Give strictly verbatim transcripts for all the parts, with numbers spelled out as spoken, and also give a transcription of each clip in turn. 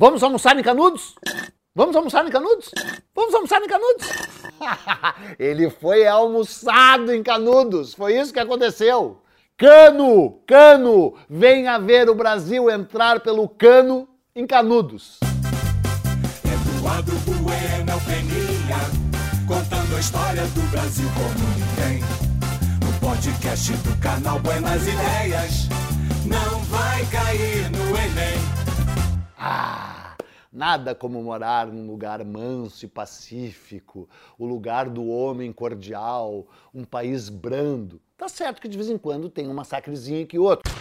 Vamos almoçar em Canudos? Vamos almoçar em Canudos? Vamos almoçar em Canudos? Ele foi almoçado em Canudos, foi isso que aconteceu. Cano, Cano, venha ver o Brasil entrar pelo cano em Canudos. Eduardo Bueno Peninha, contando a história do Brasil como ninguém. No podcast do canal Buenas Ideias, não vai cair no Enem. Ah, nada como morar num lugar manso e pacífico, o lugar do homem cordial, um país brando. Tá certo que de vez em quando tem um massacrezinho que outro.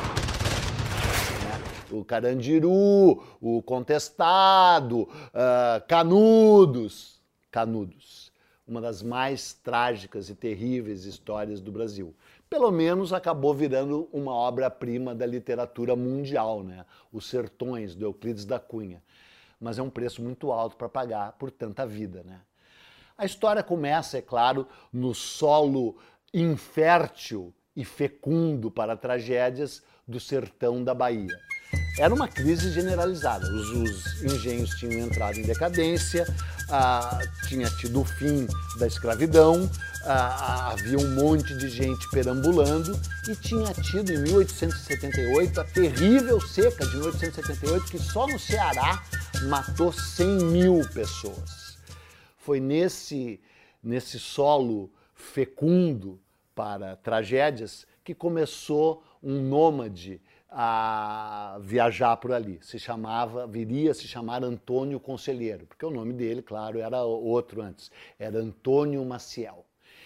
O Carandiru, o Contestado, uh, Canudos. Canudos, uma das mais trágicas e terríveis histórias do Brasil. Pelo menos acabou virando uma obra-prima da literatura mundial, né? Os Sertões, do Euclides da Cunha. Mas é um preço muito alto para pagar por tanta vida, né? A história começa, é claro, no solo infértil e fecundo para tragédias do sertão da Bahia. Era uma crise generalizada, os, os engenhos tinham entrado em decadência, ah, tinha tido o fim da escravidão, ah, havia um monte de gente perambulando e tinha tido em mil oitocentos e setenta e oito a terrível seca de mil oitocentos e setenta e oito que só no Ceará matou cem mil pessoas. Foi nesse, nesse solo fecundo para tragédias que começou um nômade a viajar por ali. Se chamava, viria a se chamar Antônio Conselheiro, porque o nome dele, claro, era outro antes, era Antônio Maciel.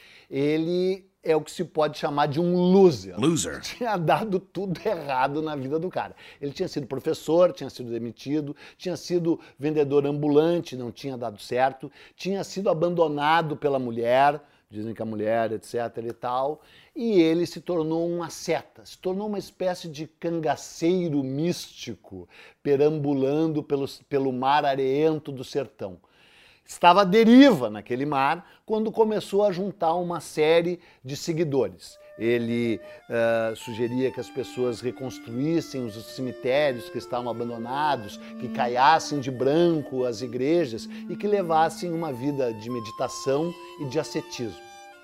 Ele é o que se pode chamar de um loser. Loser. Tinha dado tudo errado na vida do cara. Ele tinha sido professor, tinha sido demitido, tinha sido vendedor ambulante, não tinha dado certo, tinha sido abandonado pela mulher, dizem que a mulher, etc e tal, e ele se tornou um asceta, se tornou uma espécie de cangaceiro místico, perambulando pelo, pelo mar areento do sertão. Estava à deriva naquele mar quando começou a juntar uma série de seguidores. Ele uh, sugeria que as pessoas reconstruíssem os cemitérios que estavam abandonados, que caiassem de branco as igrejas e que levassem uma vida de meditação e de ascetismo.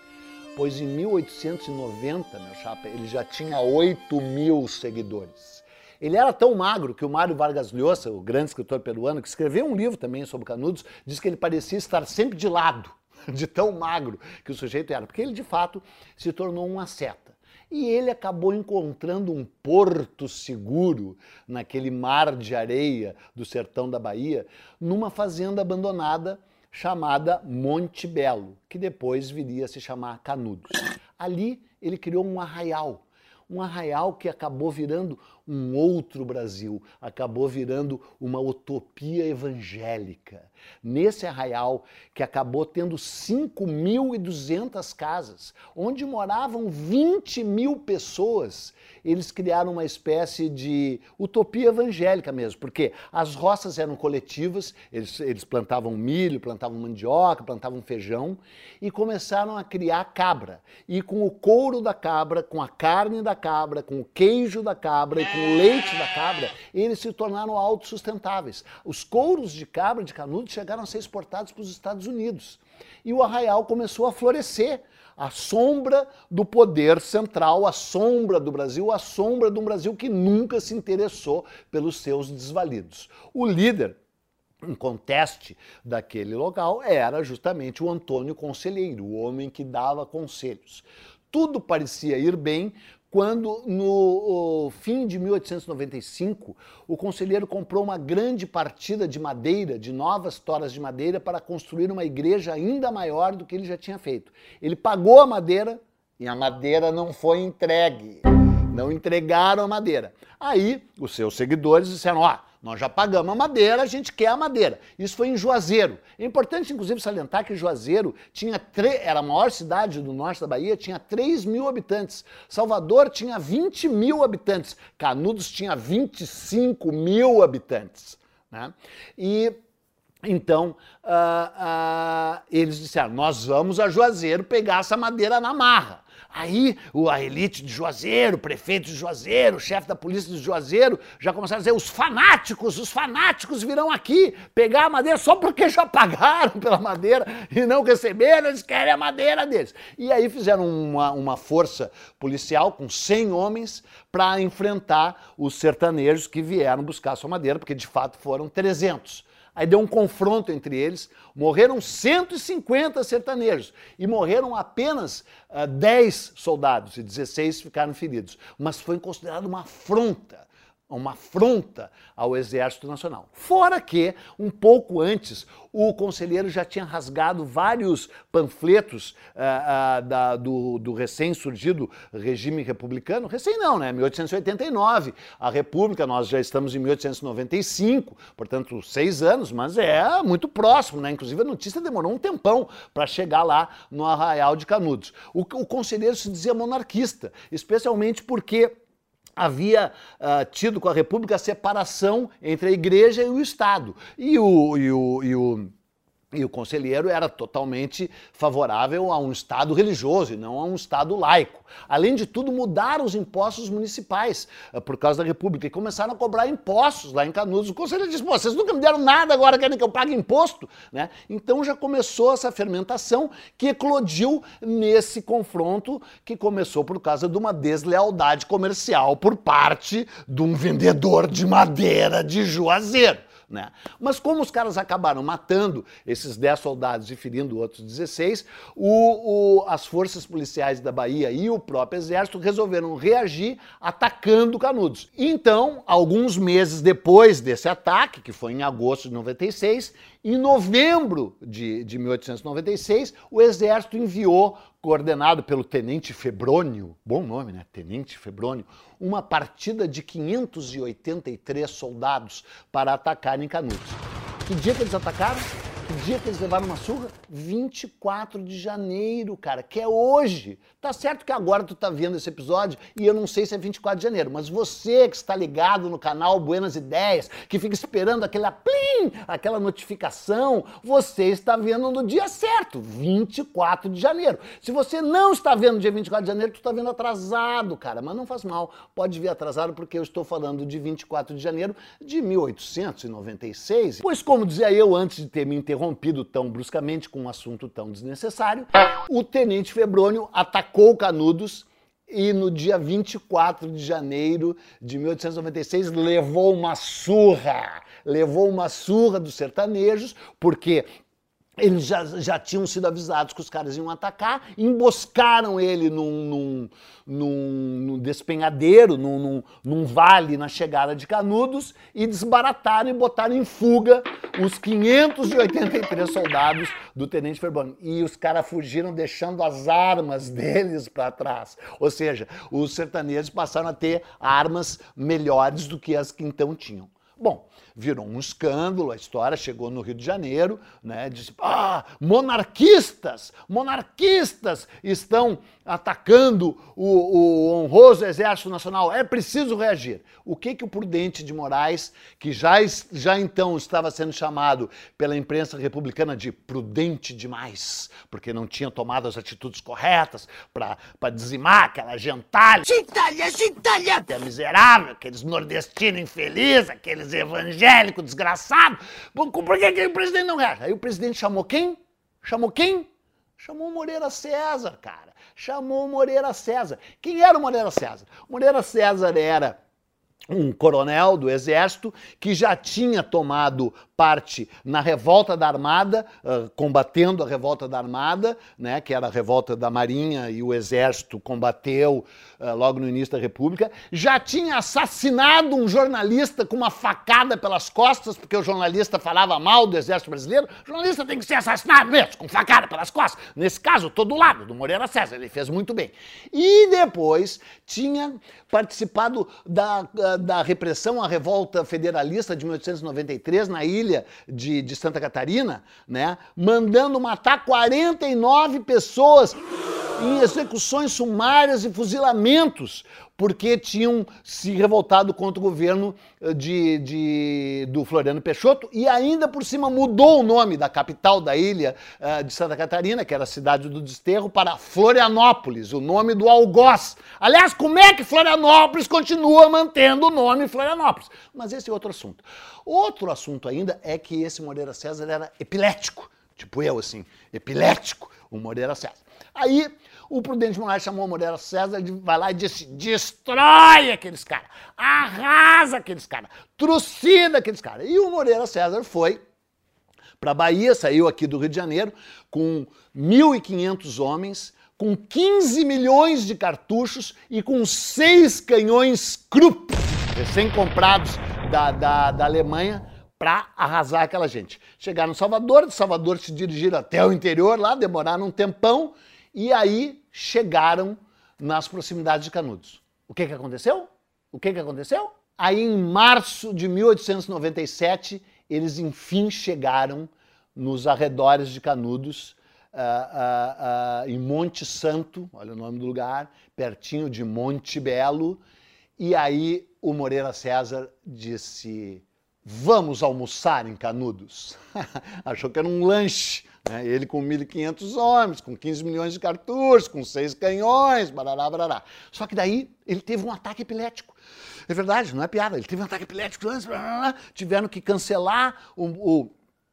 Pois em mil oitocentos e noventa, meu chapa, ele já tinha oito mil seguidores. Ele era tão magro que o Mário Vargas Llosa, o grande escritor peruano, que escreveu um livro também sobre Canudos, diz que ele parecia estar sempre de lado, de tão magro que o sujeito era, porque ele de fato se tornou um asceta. E ele acabou encontrando um porto seguro naquele mar de areia do sertão da Bahia, numa fazenda abandonada chamada Monte Belo, que depois viria a se chamar Canudos. Ali ele criou um arraial, um arraial que acabou virando um outro Brasil, acabou virando uma utopia evangélica. Nesse arraial, que acabou tendo cinco mil e duzentas casas, onde moravam vinte mil pessoas, eles criaram uma espécie de utopia evangélica mesmo, porque as roças eram coletivas, eles, eles plantavam milho, plantavam mandioca, plantavam feijão, e começaram a criar cabra. E com o couro da cabra, com a carne da cabra, com o queijo da cabra e com o leite da cabra, eles se tornaram autossustentáveis. Os couros de cabra de Canudos chegaram a ser exportados para os Estados Unidos. E o arraial começou a florescer, à sombra do poder central, à sombra do Brasil, à sombra de um Brasil que nunca se interessou pelos seus desvalidos. O líder em conteste daquele local era justamente o Antônio Conselheiro, o homem que dava conselhos. Tudo parecia ir bem quando, no fim de mil oitocentos e noventa e cinco, o conselheiro comprou uma grande partida de madeira, de novas toras de madeira, para construir uma igreja ainda maior do que ele já tinha feito. Ele pagou a madeira e a madeira não foi entregue. Não entregaram a madeira. Aí, os seus seguidores disseram, ó, nós já pagamos a madeira, a gente quer a madeira. Isso foi em Juazeiro. É importante, inclusive, salientar que Juazeiro tinha tre... era a maior cidade do norte da Bahia, tinha três mil habitantes. Salvador tinha vinte mil habitantes. Canudos tinha vinte e cinco mil habitantes. Né? E então, uh, uh, eles disseram, nós vamos a Juazeiro pegar essa madeira na marra. Aí a elite de Juazeiro, o prefeito de Juazeiro, o chefe da polícia de Juazeiro já começaram a dizer: os fanáticos, os fanáticos virão aqui pegar a madeira só porque já pagaram pela madeira e não receberam, eles querem a madeira deles. E aí fizeram uma, uma força policial com cem homens para enfrentar os sertanejos que vieram buscar sua madeira, porque de fato foram trezentos. Aí deu um confronto entre eles, morreram cento e cinquenta sertanejos e morreram apenas uh, dez soldados e dezesseis ficaram feridos. Mas foi considerado uma afronta, uma afronta ao Exército Nacional. Fora que, um pouco antes, o conselheiro já tinha rasgado vários panfletos uh, uh, da, do, do recém-surgido regime republicano. Recém não, né? mil oitocentos e oitenta e nove. A República, nós já estamos em mil oitocentos e noventa e cinco, portanto, seis anos, mas é muito próximo, né? Inclusive, a notícia demorou um tempão para chegar lá no Arraial de Canudos. O, o conselheiro se dizia monarquista, especialmente porque havia uh, tido com a República a separação entre a Igreja e o Estado. E o, e o, e o, e o conselheiro era totalmente favorável a um Estado religioso e não a um Estado laico. Além de tudo, mudaram os impostos municipais uh, por causa da República e começaram a cobrar impostos lá em Canudos. O conselheiro disse: pô, vocês nunca me deram nada, agora querem que eu pague imposto? Né? Então já começou essa fermentação que eclodiu nesse confronto que começou por causa de uma deslealdade comercial por parte de um vendedor de madeira de Juazeiro. Né? Mas como os caras acabaram matando esses dez soldados e ferindo outros dezesseis, o, o, as forças policiais da Bahia e o próprio exército resolveram reagir atacando Canudos. Então, alguns meses depois desse ataque, que foi em agosto de noventa e seis, em novembro de, de mil oitocentos e noventa e seis, o exército enviou, coordenado pelo Tenente Febrônio, bom nome, né? Tenente Febrônio, uma partida de quinhentos e oitenta e três soldados para atacar em Canudos. Que dia que eles atacaram? Que dia que eles levaram uma surra? vinte e quatro de janeiro, cara, que é hoje. Tá certo que agora tu tá vendo esse episódio e eu não sei se é vinte e quatro de janeiro, mas você que está ligado no canal Buenas Ideias, que fica esperando aquele plim, aquela notificação, você está vendo no dia certo, vinte e quatro de janeiro. Se você não está vendo no dia vinte e quatro de janeiro, tu está vendo atrasado, cara, mas não faz mal, pode vir atrasado porque eu estou falando de vinte e quatro de janeiro de mil oitocentos e noventa e seis, pois como dizia eu antes de ter me interrompido tão bruscamente com um assunto tão desnecessário, o Tenente Febrônio atacou Canudos e no dia vinte e quatro de janeiro de mil oitocentos e noventa e seis levou uma surra, levou uma surra dos sertanejos, porque eles já, já tinham sido avisados que os caras iam atacar, emboscaram ele num, num, num, num despenhadeiro, num, num, num vale na chegada de Canudos e desbarataram e botaram em fuga os quinhentos e oitenta e três soldados do Tenente Febrônio. E os caras fugiram deixando as armas deles para trás. Ou seja, os sertanejos passaram a ter armas melhores do que as que então tinham. Bom, virou um escândalo, a história chegou no Rio de Janeiro, né? Disse: ah, monarquistas, monarquistas estão atacando o, o honroso Exército Nacional, é preciso reagir. O que que o Prudente de Moraes, que já, já então estava sendo chamado pela imprensa republicana de prudente demais, porque não tinha tomado as atitudes corretas para dizimar aquela gentalha, gentalha, gentalha, até miserável, aqueles nordestinos infelizes, aqueles evangélicos desgraçados, por que, que o presidente não reage? Aí o presidente chamou quem? Chamou quem? Chamou o Moreira César, cara. Chamou o Moreira César. Quem era o Moreira César? O Moreira César era um coronel do Exército que já tinha tomado parte na revolta da Armada, uh, combatendo a revolta da Armada, né, que era a revolta da Marinha e o Exército combateu uh, logo no início da República, já tinha assassinado um jornalista com uma facada pelas costas, porque o jornalista falava mal do Exército Brasileiro. O jornalista tem que ser assassinado mesmo, com facada pelas costas. Nesse caso, todo do lado do Moreira César, ele fez muito bem. E depois tinha participado da, da repressão à revolta federalista de mil oitocentos e noventa e três na ilha de, de Santa Catarina, né, mandando matar quarenta e nove pessoas em execuções sumárias e fuzilamentos, porque tinham se revoltado contra o governo de, de, do Floriano Peixoto, e ainda por cima mudou o nome da capital da ilha uh, de Santa Catarina, que era a cidade do Desterro, para Florianópolis, o nome do algoz. Aliás, como é que Florianópolis continua mantendo o nome Florianópolis? Mas esse é outro assunto. Outro assunto ainda é que esse Moreira César era epilético, tipo eu, assim, epilético, o Moreira César. Aí o Prudente de Moraes chamou o Moreira César, vai lá e disse: destrói aqueles caras, arrasa aqueles caras, trucida aqueles caras. E o Moreira César foi para a Bahia, saiu aqui do Rio de Janeiro com mil e quinhentos homens, com quinze milhões de cartuchos e com seis canhões Krupp, recém-comprados da, da, da Alemanha, para arrasar aquela gente. Chegaram em Salvador, de Salvador se dirigiram até o interior lá, demoraram um tempão, e aí chegaram nas proximidades de Canudos. O que que aconteceu? O que que aconteceu? Aí em março de mil oitocentos e noventa e sete, eles enfim chegaram nos arredores de Canudos, uh, uh, uh, em Monte Santo, olha o nome do lugar, pertinho de Monte Belo, e aí o Moreira César disse: vamos almoçar em Canudos. Achou que era um lanche, né? Ele com mil e quinhentos homens, com quinze milhões de cartuchos, com seis canhões, barará, barará. Só que daí ele teve um ataque epilético. É verdade, não é piada, ele teve um ataque epilético, barará, tiveram que cancelar o, o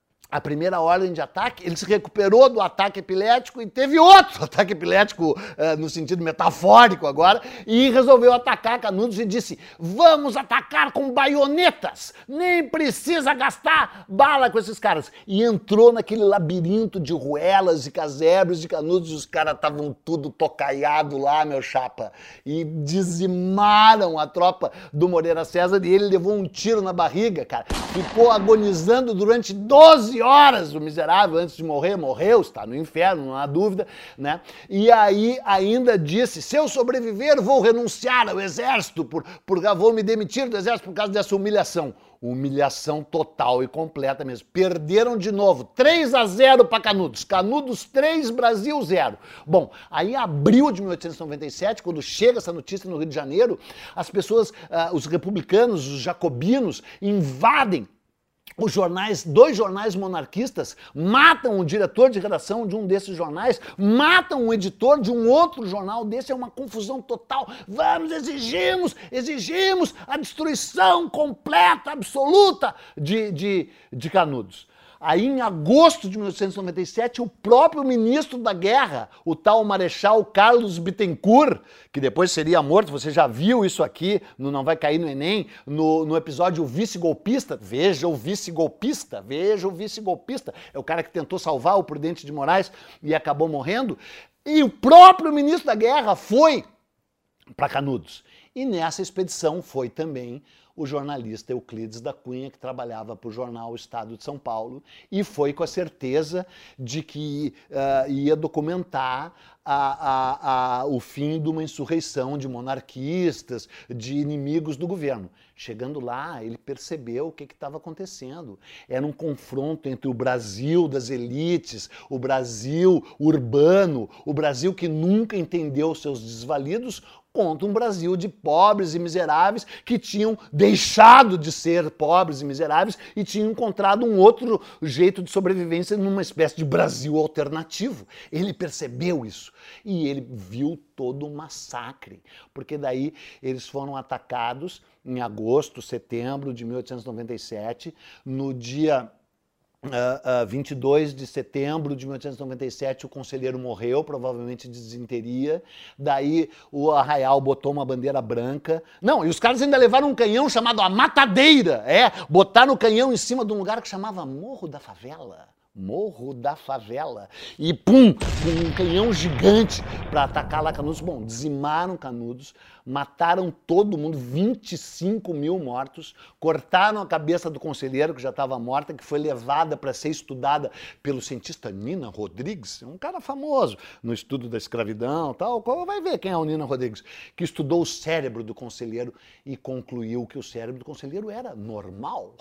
a primeira ordem de ataque, ele se recuperou do ataque epilético e teve outro ataque epilético, uh, no sentido metafórico agora, e resolveu atacar Canudos e disse: vamos atacar com baionetas, nem precisa gastar bala com esses caras. E entrou naquele labirinto de ruelas e casebres de Canudos, e os caras estavam tudo tocaiado lá, meu chapa, e dizimaram a tropa do Moreira César, e ele levou um tiro na barriga, cara, ficou agonizando durante doze horas, o miserável, antes de morrer, morreu, está no inferno, não há dúvida, né? E aí ainda disse: se eu sobreviver, vou renunciar ao exército, por, por, vou me demitir do exército por causa dessa humilhação. Humilhação total e completa mesmo. Perderam de novo, três a zero para Canudos. Canudos três, Brasil zero. Bom, aí em abril de mil oitocentos e noventa e sete, quando chega essa notícia no Rio de Janeiro, as pessoas, uh, os republicanos, os jacobinos, invadem os jornais, dois jornais monarquistas, matam o diretor de redação de um desses jornais, matam o editor de um outro jornal desse, é uma confusão total. Vamos, exigimos, exigimos a destruição completa, absoluta de, de, de Canudos. Aí, em agosto de mil oitocentos e noventa e sete, o próprio ministro da Guerra, o tal Marechal Carlos Bittencourt, que depois seria morto, você já viu isso aqui, no Não Vai Cair no Enem, no, no episódio O Vice-Golpista, veja o Vice-Golpista, veja o Vice-Golpista, é o cara que tentou salvar o Prudente de Moraes e acabou morrendo, e o próprio ministro da Guerra foi para Canudos. E nessa expedição foi também o jornalista Euclides da Cunha, que trabalhava para o jornal Estado de São Paulo, e foi com a certeza de que uh, ia documentar a, a, a, o fim de uma insurreição de monarquistas, de inimigos do governo. Chegando lá, ele percebeu o que estava acontecendo. Era um confronto entre o Brasil das elites, o Brasil urbano, o Brasil que nunca entendeu seus desvalidos, contra um Brasil de pobres e miseráveis que tinham deixado de ser pobres e miseráveis e tinham encontrado um outro jeito de sobrevivência numa espécie de Brasil alternativo. Ele percebeu isso e ele viu todo um massacre, porque daí eles foram atacados em agosto, setembro de mil oitocentos e noventa e sete, no dia Uh, uh, vinte e dois de setembro de mil oitocentos e noventa e sete, o conselheiro morreu, provavelmente de desinteria. Daí o Arraial botou uma bandeira branca. Não, e os caras ainda levaram um canhão chamado a Matadeira. É, botaram o canhão em cima de um lugar que chamava Morro da Favela. Morro da Favela. E pum, com um canhão gigante para atacar lá Canudos. Bom, dizimaram Canudos, mataram todo mundo, vinte e cinco mil mortos, cortaram a cabeça do conselheiro, que já estava morta, que foi levada para ser estudada pelo cientista Nina Rodrigues, um cara famoso no estudo da escravidão, tal, vai ver quem é o Nina Rodrigues, que estudou o cérebro do conselheiro e concluiu que o cérebro do conselheiro era normal.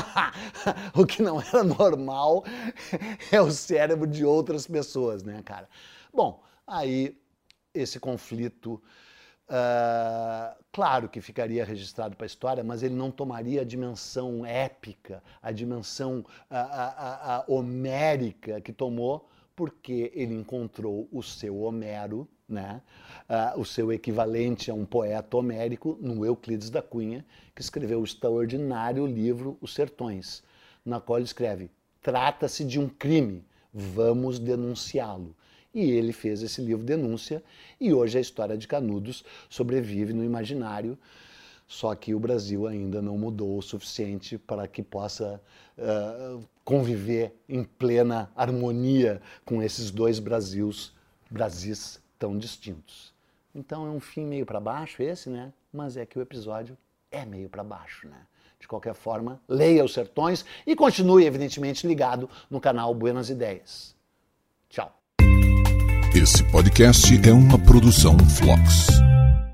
O que não era normal é o cérebro de outras pessoas, né, cara? Bom, aí esse conflito, uh, claro que ficaria registrado para a história, mas ele não tomaria a dimensão épica, a dimensão a, a, a, a homérica que tomou, porque ele encontrou o seu Homero, né? uh, o seu equivalente a um poeta homérico, no Euclides da Cunha, que escreveu o extraordinário livro Os Sertões, na qual ele escreve: trata-se de um crime, vamos denunciá-lo. E ele fez esse livro Denúncia, e hoje a história de Canudos sobrevive no imaginário, só que o Brasil ainda não mudou o suficiente para que possa uh, conviver em plena harmonia com esses dois Brasils, Brasis tão distintos. Então é um fim meio para baixo esse, né? Mas é que o episódio é meio para baixo, né? De qualquer forma, leia Os Sertões e continue, evidentemente, ligado no canal Buenas Ideias. Tchau. Esse podcast é uma produção Flox.